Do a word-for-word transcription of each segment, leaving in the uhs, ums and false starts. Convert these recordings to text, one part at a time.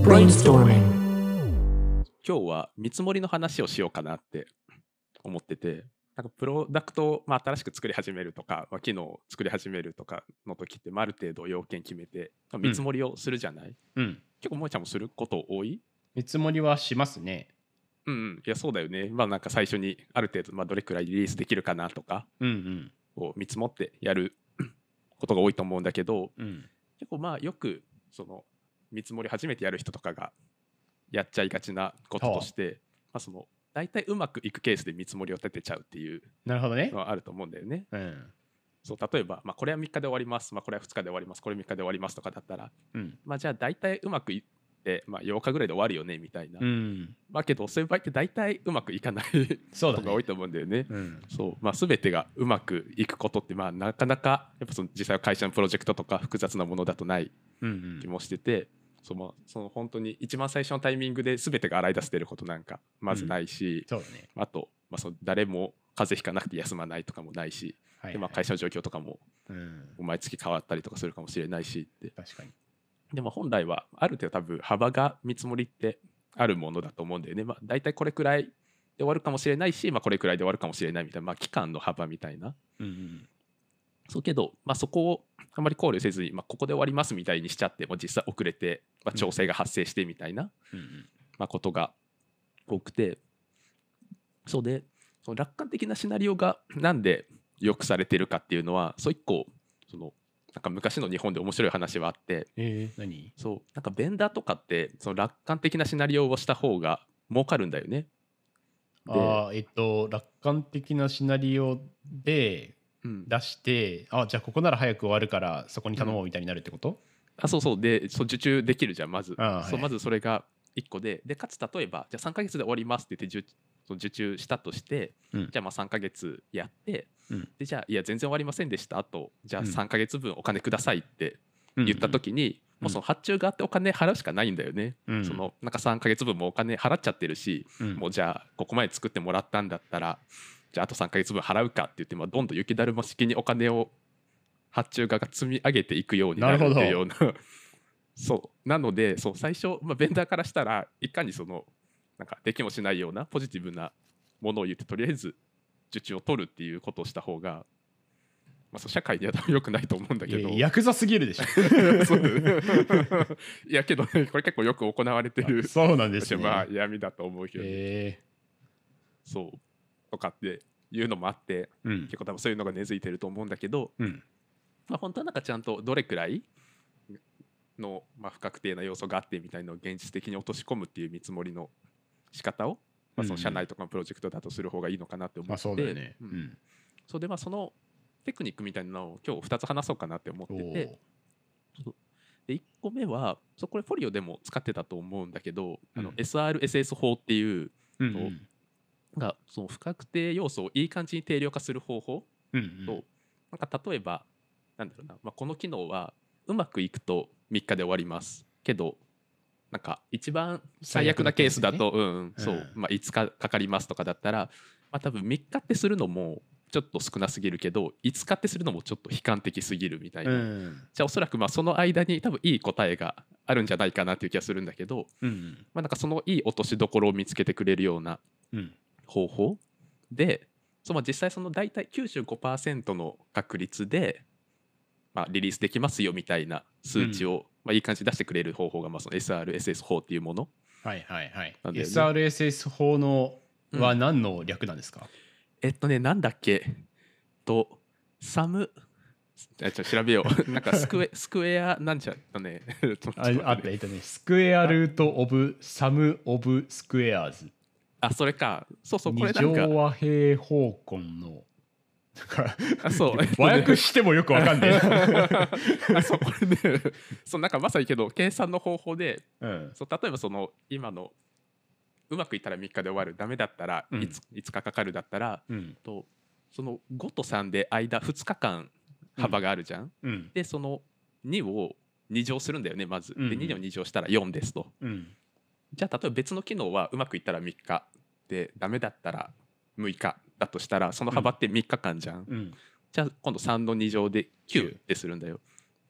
Brainstorming. 今日は見積もりの話をしようかなって思ってて、なんかプロダクトを、まあ、新しく作り始めるとか、まあ、機能を作り始めるとかの時って、まあ、ある程度要件決めて、まあ、見積もりをするじゃない、 うん、 結構もえちゃんもすること多い？ 見積もりはしますね。 うんうん、いやそうだよね。まあなんか最初にある程度、まあ、どれくらいリリースできるかなとかうんうんを見積もってやることが多いと思うんだけど、 うん結構まあよくその見積もり初めてやる人とかがやっちゃいがちなこととして、まあ、その大体うまくいくケースで見積もりを立てちゃうっていうなるほどねの。はあると思うんだよね。 うんそう例えば、まあ、これはみっかで終わります、まあ、これはふつかで終わります、これみっかで終わりますとかだったら、 うんまあ、じゃあ大体うまくいって、まあ、ようかぐらいで終わるよねみたいな、 うんまあけどそういう場合って大体うまくいかないそうだねことが多いと思うんだよね。 うんそうまあ、全てがうまくいくことってまあなかなかやっぱその実際は会社のプロジェクトとか複雑なものだとないうん気もしてて、そのその本当に一番最初のタイミングで全てが洗い出せてることなんかまずないし、 そうだね。 あと、まあ、その誰も風邪ひかなくて休まないとかもないし、 はいでまあ、会社の状況とかもうん毎月変わったりとかするかもしれないしって、 確かに。 でも本来はある程度多分幅が見積もりってあるものだと思うんだよね。まあ、大体これくらいで終わるかもしれないし、まあ、これくらいで終わるかもしれないみたいな、まあ、期間の幅みたいな。 うんうんそうけど、まあ、そこをあまり考慮せずに、まあ、ここで終わりますみたいにしちゃっても実際遅れて、まあ、調整が発生してみたいな、 うんうんまあ、ことが多くて、そうでその楽観的なシナリオがなんでよくされてるかっていうのは、そう一個そのなんか昔の日本で面白い話はあって、 えー、何そうなんかベンダーとかってその楽観的なシナリオをした方が儲かるんだよね。で、 あーえっと楽観的なシナリオでうん、 出してあじゃあここなら早く終わるからそこに頼もうみたいになるってこと、 あそうそうでそう受注できるじゃんまず。 あーはいそうまずそれがいっこで、でかつ例えばじゃあさんかげつで終わりますって言って受その受注したとして、 うんじゃあまあさんかげつやって、 うんでじゃあいや全然終わりませんでしたと、じゃあうんさんかげつぶんお金くださいって言った時に、 うんもうその発注があってお金払うしかないんだよね。 うんそのなんかさんかげつぶんもお金払っちゃってるし、 うんもうじゃあここまで作ってもらったんだったらじゃああとさんかげつぶん払うかって言って、まあ、どんどん雪だるま式にお金を発注側が積み上げていくようになるっていうようなそうなのでそう最初、まあ、ベンダーからしたらいかにそのなんかできもしないようなポジティブなものを言ってとりあえず受注を取るっていうことをした方が、まあ、そう社会には多分良くないと思うんだけど。 いやヤクザすぎるでしょそうだよねいやけどねこれ結構よく行われてるそうなんですね。 まあ闇だと思うけど、 えそうとかっていうのもあってー、うん結構多分そういうのが根付いてると思うんだけど、 うんまあ、本当はなんかちゃんとどれくらいの、まあ、不確定な要素があってみたいなのを現実的に落とし込むっていう見積もりの仕方を、まあ、その社内とかのプロジェクトだとする方がいいのかなって思って、 まあそうだよね。 ううんんそうでまあそのテクニックみたいなのを今日ふたつ話そうかなって思ってて、そうでいっこめはそうこれフォリオでも使ってたと思うんだけど、あのうんエスアールエスエス 法っていううんうんがその不確定要素をいい感じに定量化する方法うんと、なんか例えばなんだろうな、まあ、この機能はうまくいくとみっかで終わりますけど、なんか一番最悪なケースだと、うんうんそううんまあ、いつかかかりますとかだったら、まあ、多分みっかってするのもちょっと少なすぎるけどいつかってするのもちょっと悲観的すぎるみたいな、 うんじゃあおそらくまあその間に多分いい答えがあるんじゃないかなっていう気がするんだけど、 うんまあ、なんかそのいい落としどころを見つけてくれるようなうん方法で、その実際その大体 きゅうじゅうごパーセント の確率で、まあ、リリースできますよみたいな数値を、まあ、いい感じに出してくれる方法がまあその エスアールエスエス 法っていうものはいはいはいなんだよね。 エスアールエスエス 法のはうん何の略なんですか？ えっとねなんだっけとサムちょっと調べようなんかスクエスクエアなんちゃったねちょっとあ待ってねあったえっとねスクエアルートオブサムオブスクエアーズあそれかそうそうこ二れなんか乗和平方根のなんかあそう和訳してもよくわかんないあそうこれねそうなんかまさにけど計算の方法でうんそう例えばその今のうまくいったらみっかで終わるダメだったらうんいつ、いつかかかるだったらうんとそのごとさんで間ふつかかん幅があるじゃん、 うんでそのにをに乗するんだよねまず、 うんうんでにをに乗したらよんですと。 うんじゃあ例えば別の機能はうまくいったらみっかでダメだったらむいかだとしたらその幅ってみっかかんじゃん、 うんじゃあ今度さんのに乗できゅうってするんだよ。じゃあ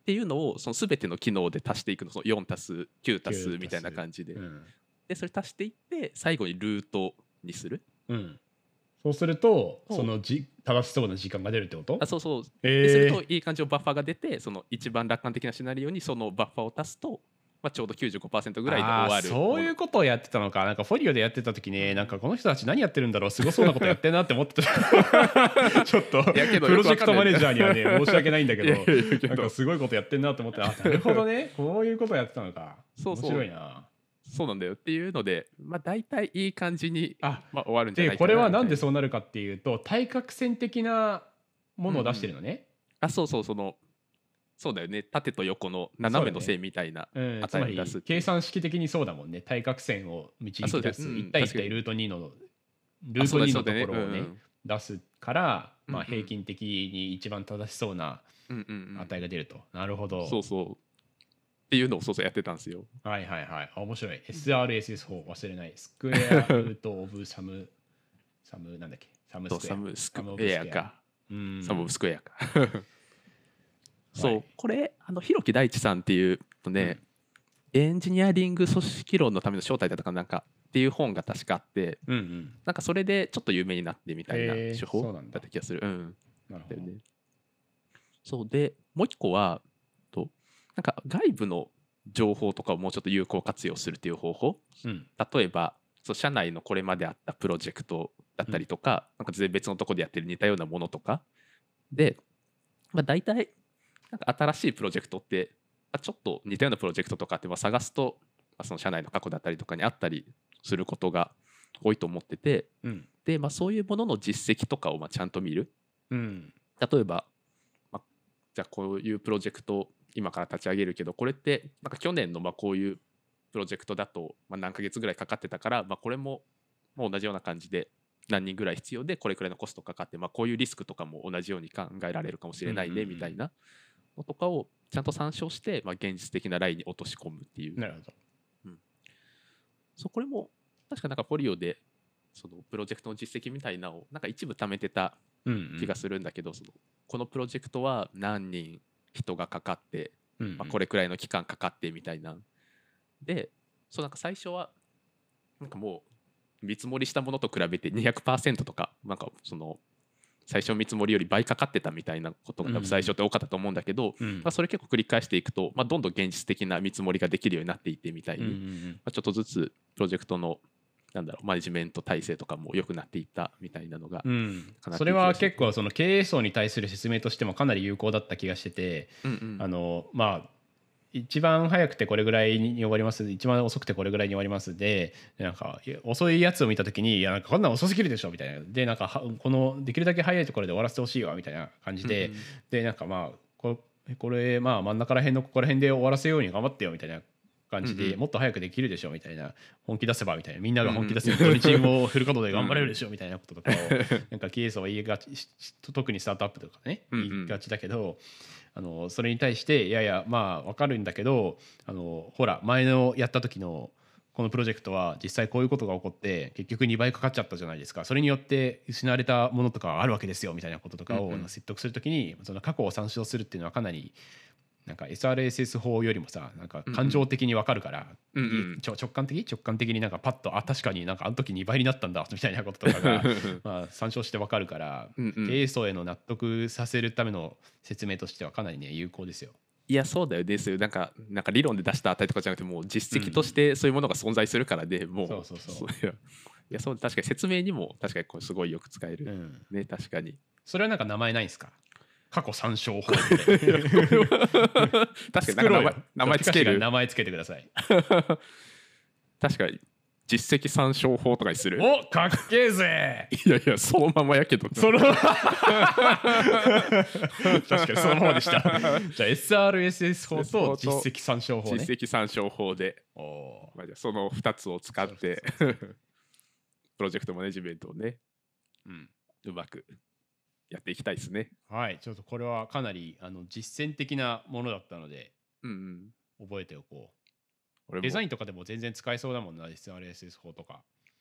っていうのをその全ての機能で足していくの、そのよん足すきゅう足すみたいな感じで、 うん、 でそれ足していって最後にルートにする。 うん、そうするとそうそのじ正しそうな時間が出るってこと？ あそうそうえでするとー、 いい感じのバッファーが出て、その一番楽観的なシナリオにそのバッファーを足すと、まあ、ちょうど きゅうじゅうごパーセント ぐらいでああ終わるそういうことをやってたのか。なんかフォリオでやってた時ね、なんかこの人たち何やってるんだろう、すごそうなことやってんなって思ってたちょっといやけどプロジェクトマネージャーにはね申し訳ないんだけどいやいやいやけどなんかすごいことやってんなって思って、あなるほどねこういうことやってたのか。 そうそう面白いな。 そうなんだよっていうので、まあ、大体いい感じにあまあ、終わるんじゃないかなでこれはなんでみたいそうなるかっていうと対角線的なものを出してるのね。 なあそうそうそのそうだよね、縦と横の斜めの線みたいなうん、つ値まりを出すっていう計算式的にそうだもんね。対角線を導き出す、 あそうだうんいち対いち確かに対ルートにのルートあそうだにそうだねのところをね、 うん出すから、まあ、 うんうん平均的に一番正しそうなうんうんうん値が出ると。なるほど。 そうそうっていうのをそうそうやってたんですよ。 はいはいはい。あ面白い。エスアールエスエス 法忘れない。スクエアルートオブサム、サムなんだっけサムスクエア。 そうサムスクサムオブエアかうんサムオブスクエアかそう、 はいこれあの広木大地さんっていうとね、エンジニアリング組織論のための正体だったかなんかっていう本が確かあって、 うんうん。 なんかそれでちょっと有名になってみたいなへー手法そうなんだだった気がする。うんなるほど。 だよね。そうでもう一個はとなんか外部の情報とかをもうちょっと有効活用するっていう方法。 うん例えばそう社内のこれまであったプロジェクトだったりとか、なんか全然別のとこでやってる似たようなものとかで、まあ、大体なんか新しいプロジェクトって、まあ、ちょっと似たようなプロジェクトとかってまあ探すと、まあ、その社内の過去だったりとかにあったりすることが多いと思ってて、 うんで、まあ、そういうものの実績とかをまあちゃんと見る。 うん例えば、まあ、じゃあこういうプロジェクト今から立ち上げるけど、これってなんか去年のまあこういうプロジェクトだとまあ何ヶ月ぐらいかかってたから、まあ、これももう同じような感じで何人ぐらい必要でこれくらいのコストかかって、まあ、こういうリスクとかも同じように考えられるかもしれないねみたいなのとかをちゃんと参照して、まあ、現実的なラインに落とし込むっていう。 なるほど。 そうこれも確かなんかフォリオでそのプロジェクトの実績みたいなのをなんか一部貯めてたうん気がするんだけど、そのこのプロジェクトは何人人がかかって、 うんうんまあ、これくらいの期間かかってみたいな。でそうなんか最初はなんかもう見積もりしたものと比べてにひゃくパーセントとかなんかその最初見積もりより倍かかってたみたいなことが多分最初って多かったと思うんだけど、 うんまあ、それ結構繰り返していくと、まあ、どんどん現実的な見積もりができるようになっていってみたいに、 うんうまんあ、ちょっとずつプロジェクトのなんだろうマネジメント体制とかも良くなっていったみたいなのが、 うんかなってそれはいう気がして結構その経営層に対する説明としてもかなり有効だった気がしてて、 うんうんあのまあ一番早くてこれぐらいに終わります、一番遅くてこれぐらいに終わりますで、なんかいや遅いやつを見た時にいやなんかこんなん遅すぎるでしょみたいなで、なんかはこのできるだけ早いところで終わらせてほしいわみたいな感じで、 うんうんでなんかまあここれまあ真ん中ら辺のここら辺で終わらせように頑張ってよみたいな感じで、 うんうんもっと早くできるでしょみたいな、本気出せばみたいな、みんなが本気出せば土日もフル稼働で頑張れるでしょみたいなこととかをなんか経営層は言いがち、特にスタートアップとかねうんうん言いがちだけど、あのそれに対していやいやまあ分かるんだけど、あのほら前のやった時のこのプロジェクトは実際こういうことが起こって結局にばいかかっちゃったじゃないですか、それによって失われたものとかがあるわけですよみたいなこととかをうんうん説得するときに、その過去を参照するっていうのはかなりなんか エスアールエスエス 法よりもさ、なんか感情的に分かるから、 うんうんちょ直感的直感的になんかパッとあ確かになんかあの時にばいになったんだみたいなこととかがまあ参照して分かるから、 うんうん経営層への納得させるための説明としてはかなりね有効ですよ。 いやそうだよですよ。なんかなんか理論で出した値とかじゃなくてもう実績としてそういうものが存在するからで、もうそうそうそういやいやそう確かに説明にも確かにこれすごいよく使える、 うん、 ね確かにそれはなんか名前ないんですか？過去参照法みたいな確かになんか名前名前つける名前つけてください。 確かに実績参照法とかにする。 おかっけえぜいやいやそのままやけどその確かにそのままでした。じゃあ エスアールエスエス 法と実績参照法ね。 実績参照法で、 おーまあ、じゃあそのふたつを使ってそうプロジェクトマネジメントをねうんうまくやっていきたいですね。 はいちょっとこれはかなりあの実践的なものだったのでうんうん覚えておこう。 俺もデザインとかでも全然使えそうだもんな エスアールエスエス 法とか。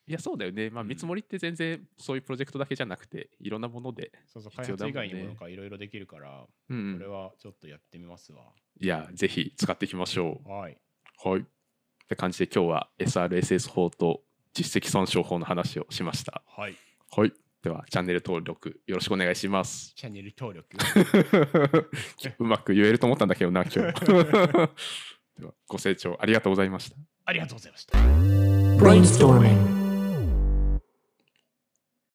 いやそうだよね、まあ、 うん見積もりって全然そういうプロジェクトだけじゃなくていろんなものでそうそう、開必要だもんね発以外にもなんかいろいろできるから、 うんうんこれはちょっとやってみますわ。 いやぜひ使っていきましょはい。 う。はいって感じで今日は エスアールエスエス 法と実績参照法の話をしました。 はい。 はいではチャンネル登録よろしくお願いします。 チャンネル登録。 うまく言えると思ったんだけどな今日。ではご清聴ありがとうございました。 ありがとうございました。 Brainstorming